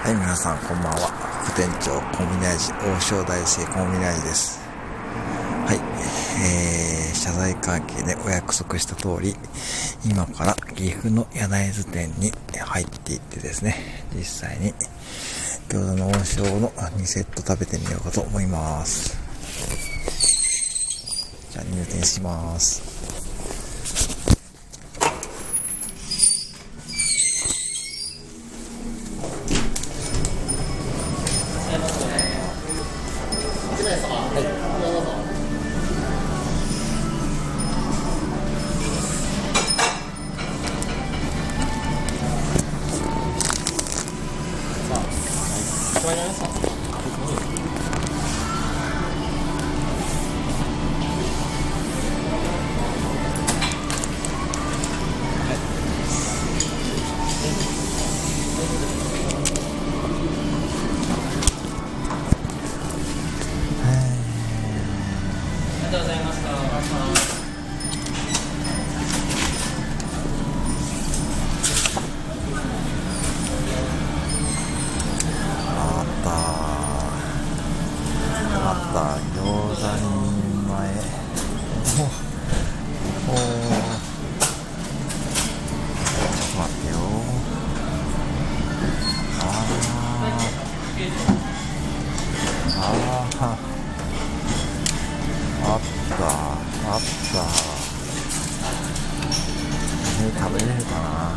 はい、皆さんこんばんは。副店長コンビニ味王将大生コンビニ味です。はい、謝罪関係でお約束した通り、今から岐阜の柳津店に入っていってですね、実際に餃子の王将の2セット食べてみようかと思います。じゃあ入店します。餃子2人前。ちょっと待ってよ。あった。食べれるかな。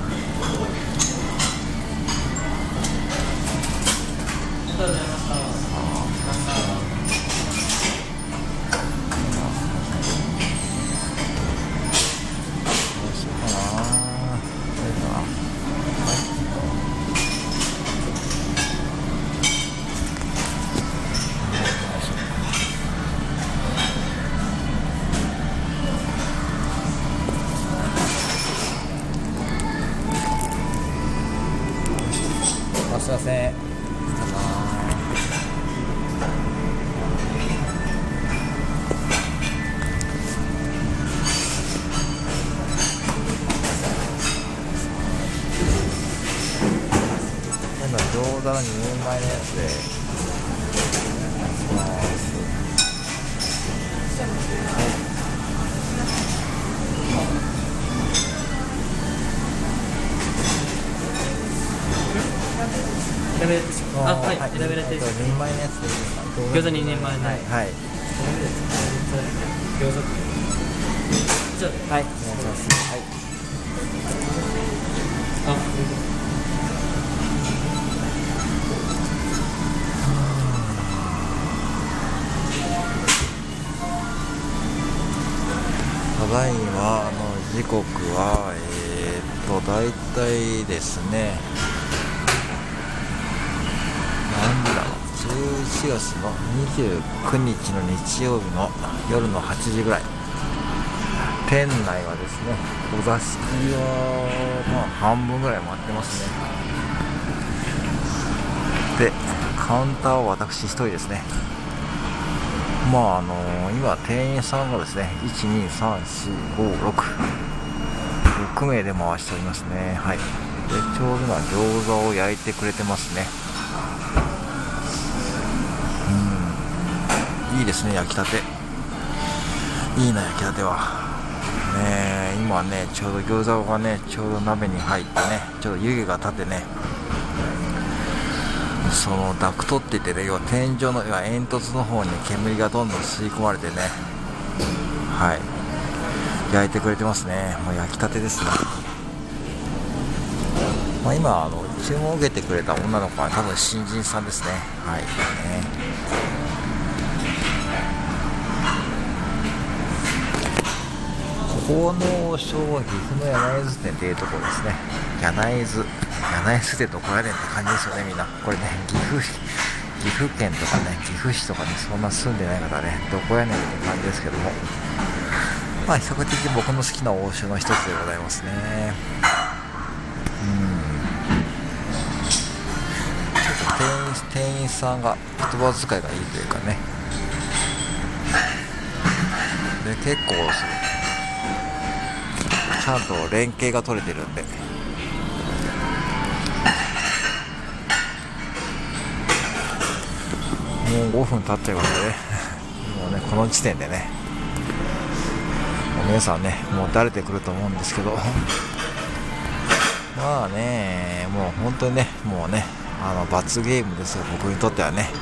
すいません。今餃子の2人前のやつで。 はい、選べるです。 2人前のやつで餃子2人前の。 はい。 餃子。じゃあ、 はい、お願いします。はい。ただいま時刻はだいたいですね。11月の29日の日曜日の夜の8時ぐらい。店内はですね、お座敷は半分ぐらい回ってますね。で、カウンターは私一人ですね。今店員さんがですね、1,2,3,4,5,6名で回しておりますね。はい。で、ちょうど今餃子を焼いてくれてますね。いいですね、焼きたて。いいな、焼きたては。今ね、ちょうど餃子がね、ちょうど鍋に入ってね、ちょうど湯気が立ってね、そのダクトって言ってね、要は天井の煙突の方に煙がどんどん吸い込まれてね、はい、焼いてくれてますね。もう焼きたてですね。今注文を受けてくれた女の子は多分新人さんですね。はい。ここの王将は岐阜の柳津店っていうところですね。柳津店どこやねんって感じですよね、みんな。これね、岐阜県とかね、岐阜市とかね、そんな住んでない方ね、どこやねんって感じですけども、比較的僕の好きな王将の一つでございますね。ちょっと店員さんが言葉遣いがいいというかね。で、結構ちゃんと連携が取れてるんで、 もう5分経っちゃいましたね。もうね、この時点でね、もう皆さんね、もう慣れてくると思うんですけど、まあね、もう本当にね、もうね、罰ゲームですよ、僕にとってはね。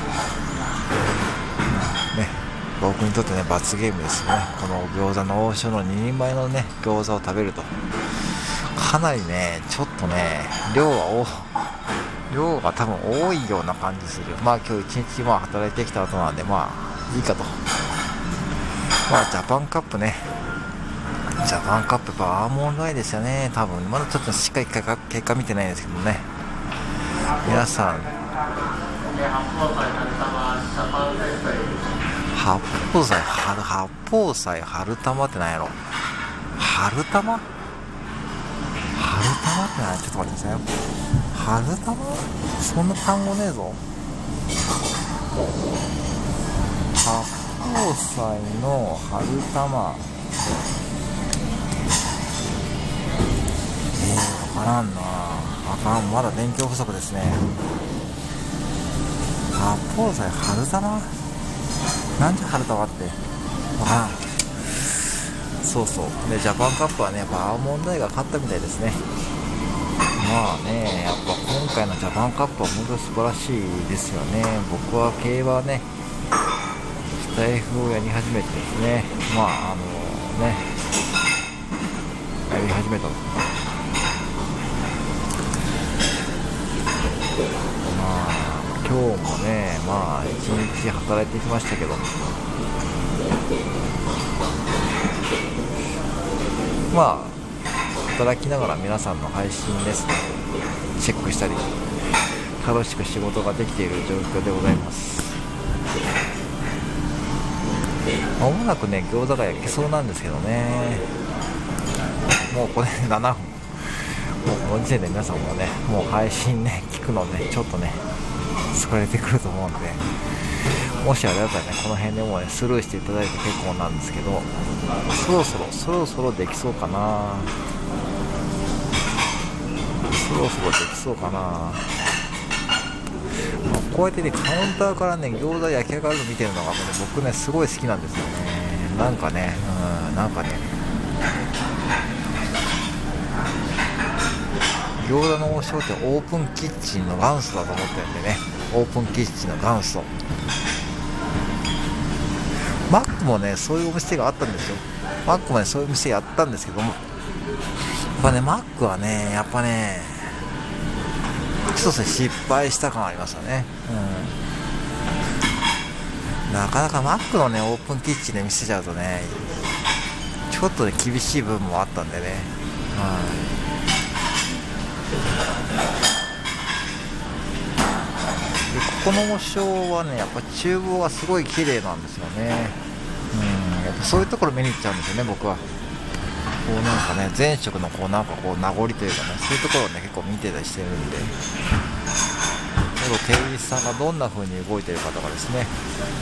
僕にとってね、罰ゲームですね。この餃子の王将の2人前のね、餃子を食べると。かなりね、ちょっとね、量が多分多いような感じする。まあ今日一日働いてきた後なんで、まあいいかと。まあジャパンカップね。ジャパンカップアーモンドアイですよね。多分、まだちょっとしっかり結果見てないんですけどね。皆さん、八宝菜春玉ってなんやろ。春玉って何？ちょっと待ってくださいよ。春玉？そんな単語ねえぞ。八宝菜の春玉。わからんな。まだ勉強不足ですね。八宝菜春玉？なんで春玉って。わからん。そうそう。で、ジャパンカップはね、やっぱアーモンドアイが勝ったみたいですね。まあね、やっぱ今回のジャパンカップは本当に素晴らしいですよね。僕は競馬はね、スタイフをやり始めてですね、まあやり始めたの。まあ今日もね、まあ一日働いてきましたけど、まあ働きながら皆さんの配信ですね、チェックしたり楽しく仕事ができている状況でございます。まもなくね、餃子が焼けそうなんですけどね。もうこれ7分、もうこの時点で皆さんもね、もう配信ね、聞くのね、ちょっとね疲れてくると思うんで、もしあれだったらね、この辺でもうね、スルーしていただいて結構なんですけど、そろそろできそうかな。こうやってね、カウンターからね、餃子焼き上がるの見てるのが、ね、僕ね、すごい好きなんですよね。なんかね、餃子の王将ってオープンキッチンの元祖だと思ってるんでね、オープンキッチンの元祖。マックもね、そういうお店があったんですよ。マックもね、そういう店やったんですけども、やっぱね、マックはね、やっぱね、ちょっと失敗した感ありますよね。なかなかマックのね、オープンキッチンで見せちゃうとね、ちょっとね、厳しい部分もあったんでね。で、ここの王将はね、やっぱ厨房がすごい綺麗なんですよね。やっぱそういうところ見に行っちゃうんですよね、僕は。こうなんかね、前職のこうなんかこう名残というかね、そういうところをね、結構見てたりしてるんで、店員さんがどんな風に動いてるかとかですね。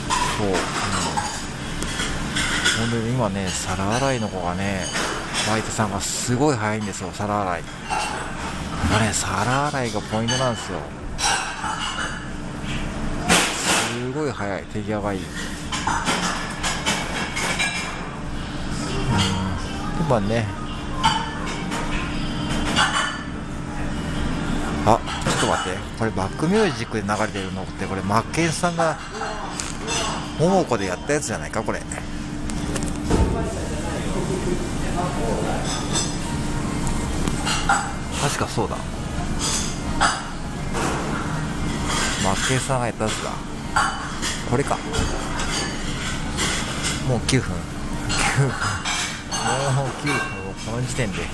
ほんで今ね、皿洗いの子がね、バイトさんがすごい早いんですよ、皿洗い。皿洗いがポイントなんですよ。すごい早い、手際がいい。まあね、ちょっと待って、これバックミュージックで流れてるのって、これマッケンさんが桃子でやったやつじゃないか、これ。確かそうだ、マッケンさんがやったやつだ、これか。もう9分もう9分、この時点でちょ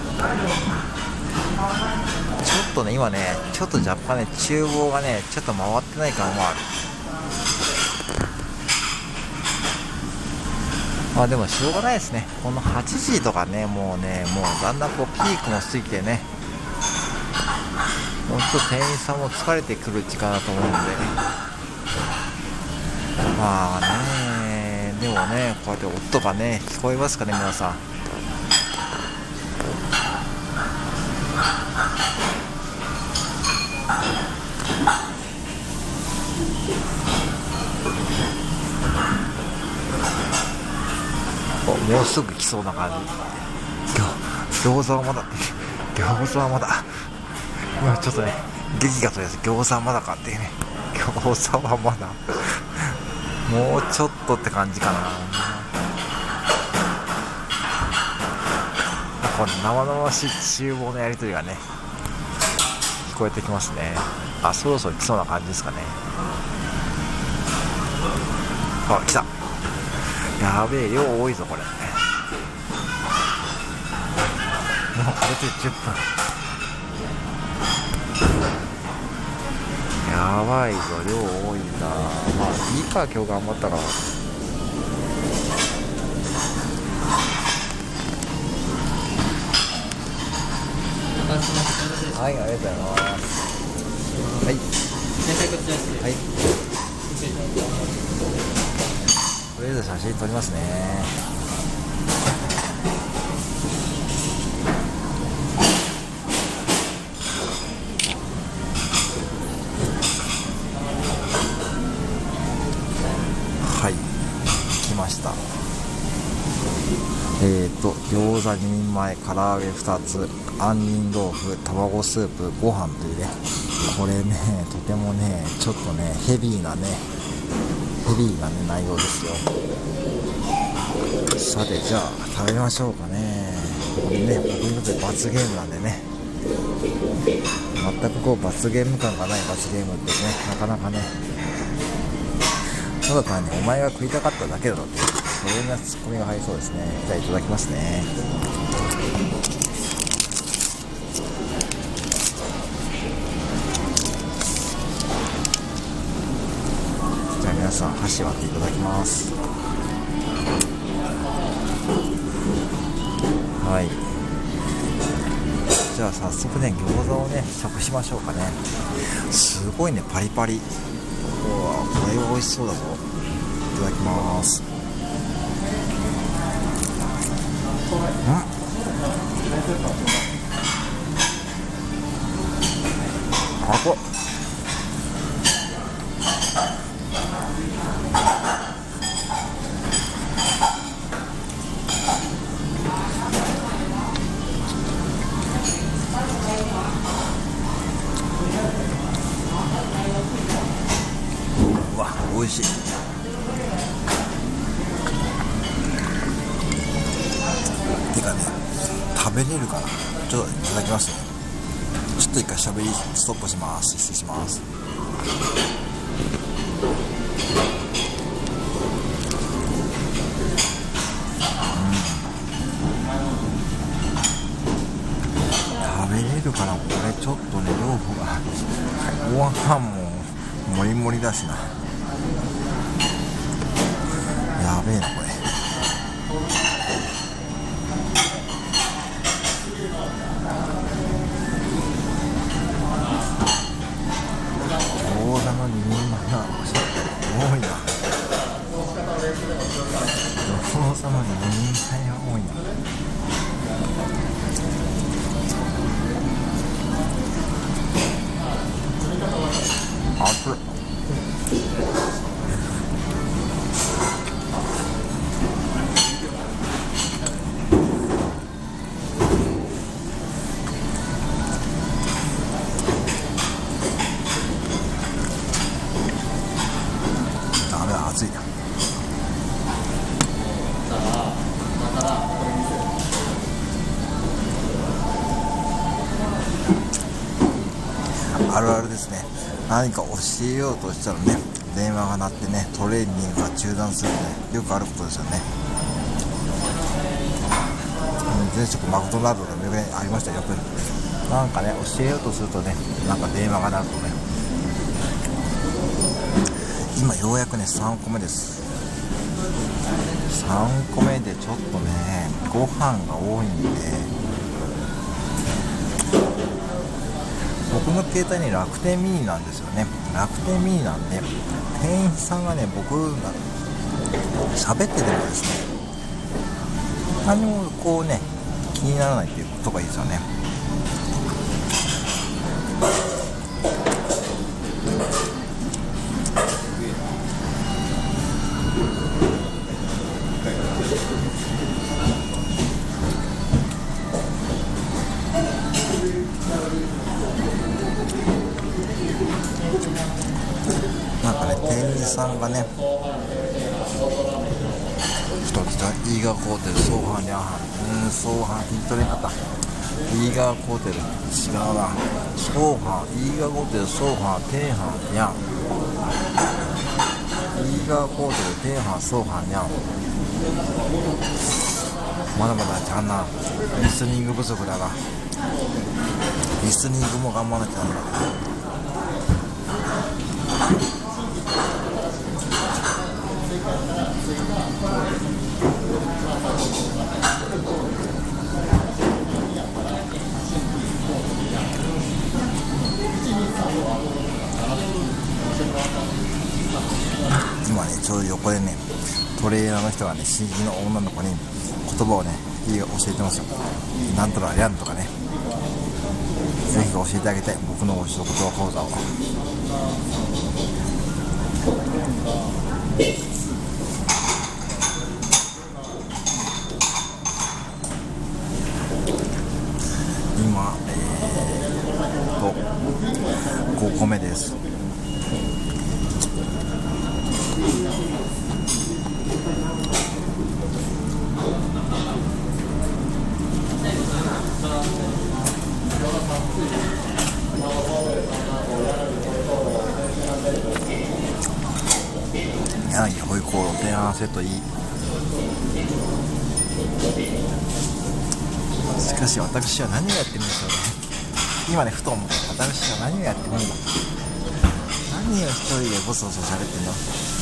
っとね、今ね、ちょっと若干ね、厨房がね、ちょっと回ってない感もある。まあでもしょうがないですね。この8時とかね、もうだんだんこうピークも過ぎてね、もうちょっと店員さんも疲れてくる時間だと思うんで、まあね、でもね、こうやって音とかね、聞こえますかね、皆さん。 もうすぐ来そうな感じ。餃子はまだ餃子はまだ今ちょっとね劇がとりあえず餃子はまだかっていうね、餃子はまだもうちょっとって感じかな。この生々しい厨房のやり取りがね聞こえてきますね。あ、そろそろ来そうな感じですかね。あ、来た。やべえ、量多いぞこれ。もうこれで10分。やばいぞ、量多いんだ。まあいいか、今日頑張ったから。はい、ありがとうございます。はい。はい。とりあえず写真撮りますね。はい、来ました。餃子2人前、唐揚げ2つ、杏仁豆腐、卵スープ、ご飯というね、これね、とてもね、ちょっとね、ヘビーな内容ですよ。さて、じゃあ、食べましょうかね。これね、僕にとって罰ゲームなんでね、全くこう、罰ゲーム感がない罰ゲームってね、なかなかね、ただ単にお前が食いたかっただけだろって、そういうツッコミが入りそうですね。じゃあいただきますね。じゃあ皆さん箸割っていただきます。はい。じゃあ早速ね、餃子をね食しましょうかね。すごいね、パリパリ。うわ、これは美味しそうだぞ。いただきます。あこうわ、美味しい。てかね、食べれるかな。ちょっといただきますね。ちょっと一回喋りストップします。失礼します。食べれるかな。これちょっとね、量がご飯ももりもりだしな。やべえなこれ。餃子の2人前が多いな。餃子の2人前が多いな。熱っ。ダメだ、熱いな。あるあるですね。何か教えようとしたらね、電話が鳴ってね、トレーニングが中断するので、よくあることですよね。前職マクドナルドの上にありましたよ、よく。なんかね、教えようとするとね、なんか電話が鳴るとね。今ようやくね、3個目です。3個目でちょっとね、ご飯が多いんで、僕の携帯に楽天ミニなんですよね。楽天ミニなんで、店員さんがね、僕が喋っててもですね、何もこうね、気にならないっていうことがいいですよね。 じさんがね一つだ。イーガーコーテルソーハンニャーハンソーハン聞き取れなかった。イーガーコーテル違うな。ソーハンイーガーコーテルソーハンテーハンニャンイーガーコーテルテーハンソーハンニャン。まだまだちゃんな。リスニング不足だがリスニングも頑張らなきゃなんだ。今ねちょうど横でねトレーナーの人がね新人の女の子に言葉をね教えてますよ。なんとかリャンとかね。ぜひ教えてあげて僕のお仕事言葉講座を。今5個目です。柳ホイコーロー提案セットいい。しかし私は何をやってるんでしょうね。今ねふと思った。私は何をやってるんだ。何を一人でボソボソ喋ってんの。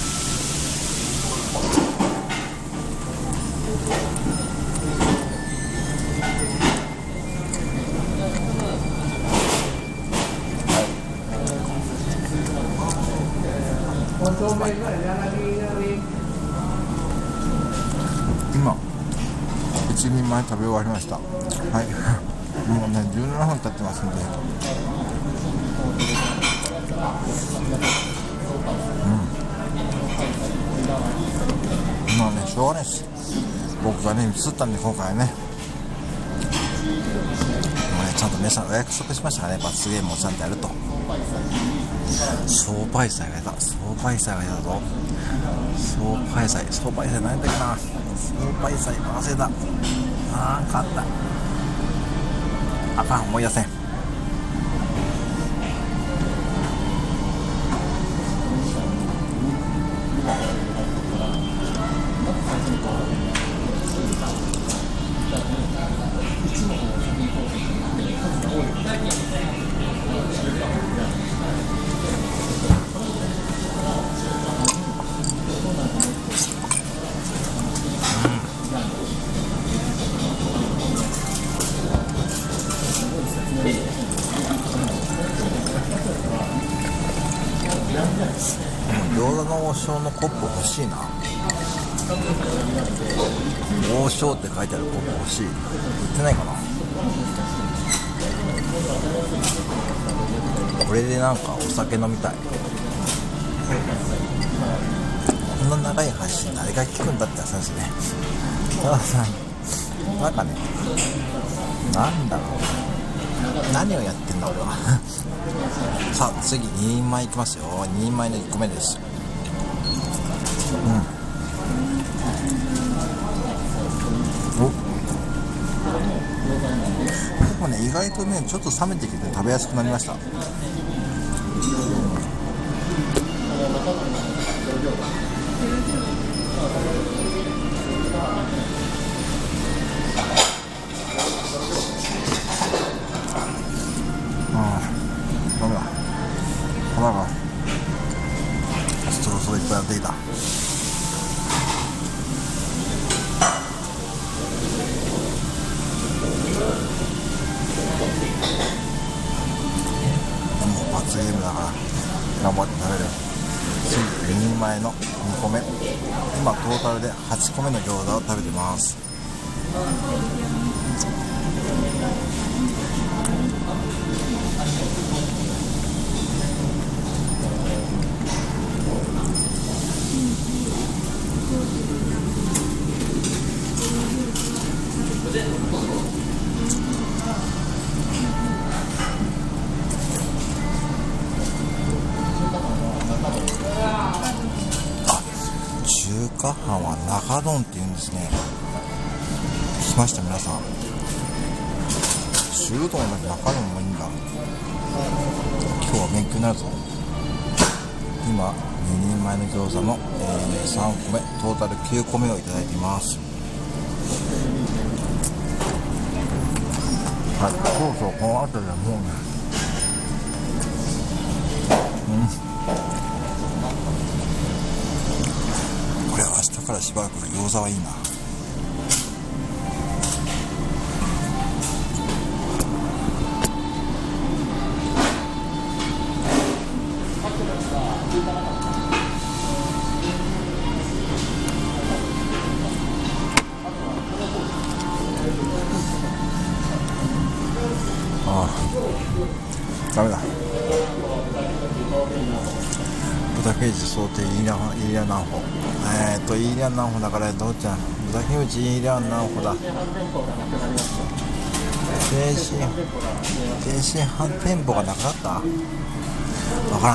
今1人前食べ終わりました。はいもうね17分経ってますんで、まあねしょうがないです。僕がね映ったんで今回はね、ちゃんと皆さんお約束しましたからね。罰ゲームをちゃんとやると。総敗祭がいた。総敗祭がいたぞ。総敗祭何だっけな。総敗祭忘れた。勝った。あかん思い出せん。餃子の王将のコップ欲しいな。王将って書いてあるコップ欲しい。売ってないかな。これでなんかお酒飲みたい。こんな長い配信誰が聞くんだって話ですね。たださなんかね、なんだろう、何をやってんだ俺は。さあ次2人前いきますよ。2人前の1個目です。結構ね意外とねちょっと冷めてきて食べやすくなりました。ダメだ。腹がそろそろいっぱいやってきた。罰ゲームだから頑張って食べる。次2人前の2個目。今トータルで8個目の餃子を食べてます。 華飯は中丼って言うんですね。聞きました？皆さん。中丼だけ中丼もいいんだ。今日は勉強になるぞ。今2人前の餃子の、3個目トータル9個目をいただいています。はい、そうこの辺りはもうね、これは明日からしばらく餃子はいいな。ダメだ。豚キムチ想定イーリャン何歩。イーリャン何歩だからどうちゃん。豚キムチイーリャン何歩だ。天津飯店舗がなくなった？わからん。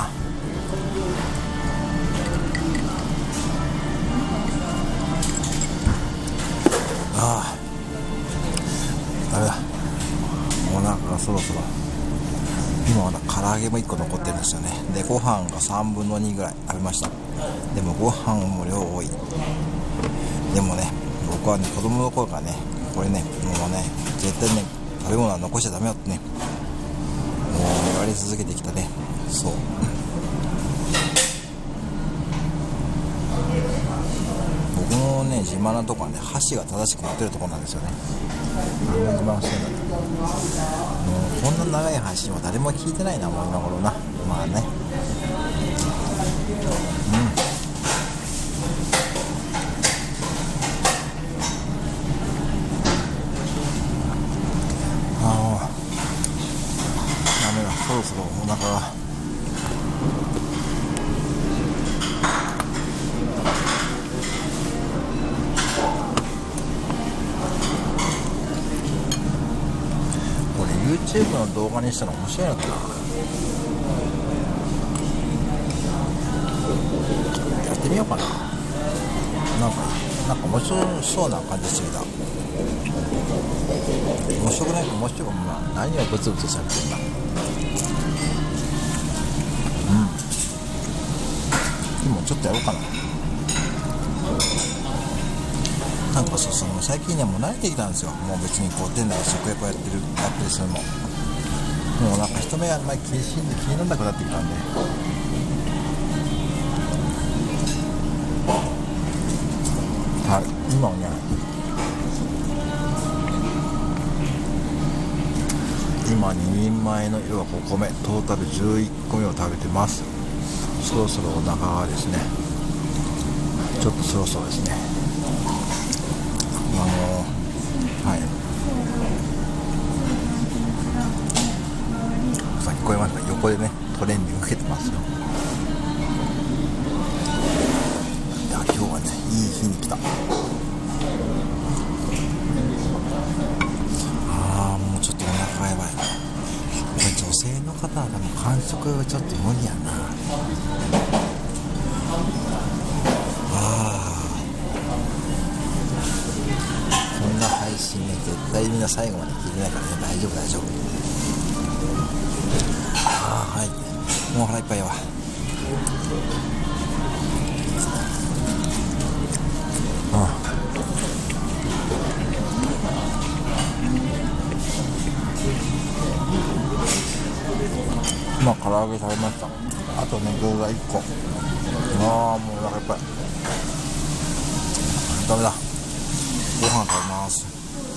ダメだ。もうなんかそろそろ。今まだ唐揚げも1個残ってるんですよね。でご飯が3分の2ぐらい食べました。でもご飯も量多い。でもね、僕はね、子供の頃からね、これね、もうね、絶対ね、食べ物は残しちゃダメよってね、もう言われ続けてきたね。そう、僕のね、自慢なとこはね、箸が正しく持ってるところなんですよね。自慢してるんだけど、もうこんな長い配信は誰も聞いてないな、もう今頃な。まあね、ダメだ、そろそろお腹が。YouTube の動画にしたら面白いのかな。やってみようかな。なんか面白そうな感じしてきた。面白くないか、面白くない。何をブツブツしゃべってんだ。今ちょっとやろうかな。なんか最近ね、もう慣れてきたんですよ。もう別にこう店内で食レポやったりするのもうなんか人目があんまり気にならなくなってきたんで、はい、今はね、今2人前の要は5個目、トータル11個目を食べてます。そろそろお腹がですね、ちょっとそろそろですね、はい、さっき聞こえました。横でね、トレーニング受けてますよ。いや、今日はね、いい日に来た。もうちょっとお腹がやばい。女性の方は多分完食ちょっと無理やな。こんな配信ね、絶対みんな最後まで聞いてないからね。大丈夫。はい、もう腹いっぱいやわ。今唐揚げ食べました。あとね、餃子1個。もうお腹いっぱい。ダメだ、ご飯食べます。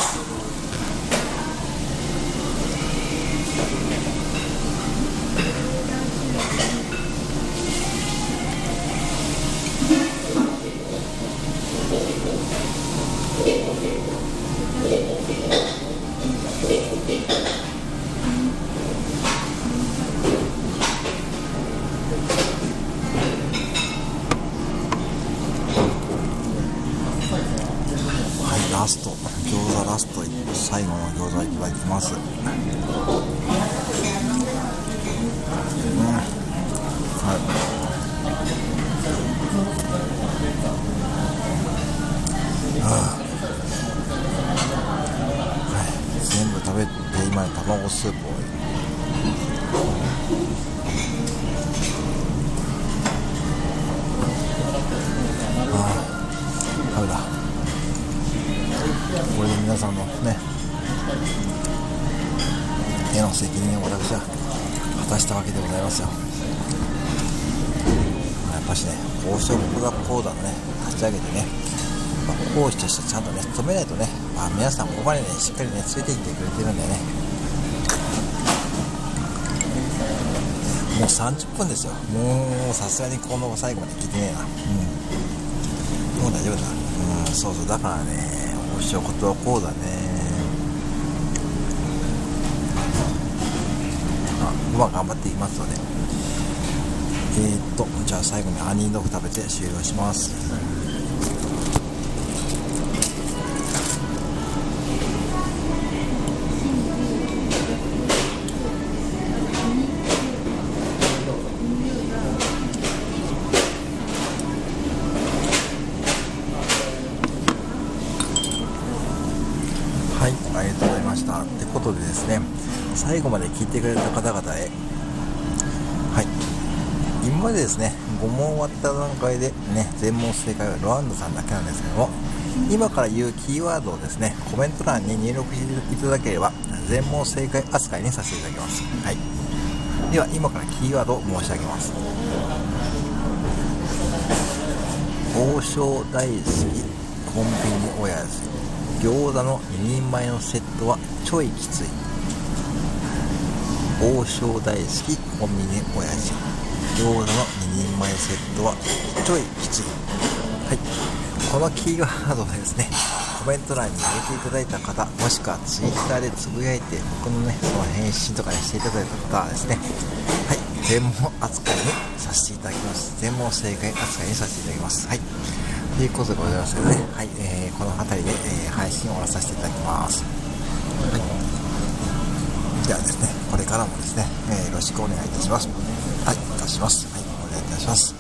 ラスト、餃子ラスト、最後の餃子いただきます。はい。 やっぱしね、王将国学講座のね、立ち上げてね、講師としてちゃんとね、務めないとね、皆さんここまでね、しっかりね、ついてきてくれてるんでね、もう30分ですよ。もうさすがにこの最後まで聞いてねえな。もう大丈夫だ。そうそう、だからね、王将国学講座ね、頑張っていきますので、じゃあ最後に杏仁豆腐食べて終了します。はい、ありがとうございました。ってことでですね、最後まで聞いてくれた方々へ、はい、今までですね、5問終わった段階でね、全問正解はロワンドさんだけなんですけども、今から言うキーワードをですね、コメント欄に入力していただければ、全問正解扱いにさせていただきます。はい。では、今からキーワードを申し上げます。王将大好き、コンビニおやつ。餃子の2人前のセットはちょいきつい。王将大好きコンビニおやじ餃子の2人前セットはちょいきつい。はい、このキーワードをですね、コメント欄に入れていただいた方、もしくはツイッターでつぶやいて僕のね、その返信とかにしていただいた方はですね、はい、全問扱いにさせていただきます。全問正解扱いにさせていただきます。はい、ということでございますけどね、はい、この辺りで、配信を終わらさせていただきます。はい、ではですね、これからもですね、よろしくお願いいたします。はい、いたします。はい、お願いいたします。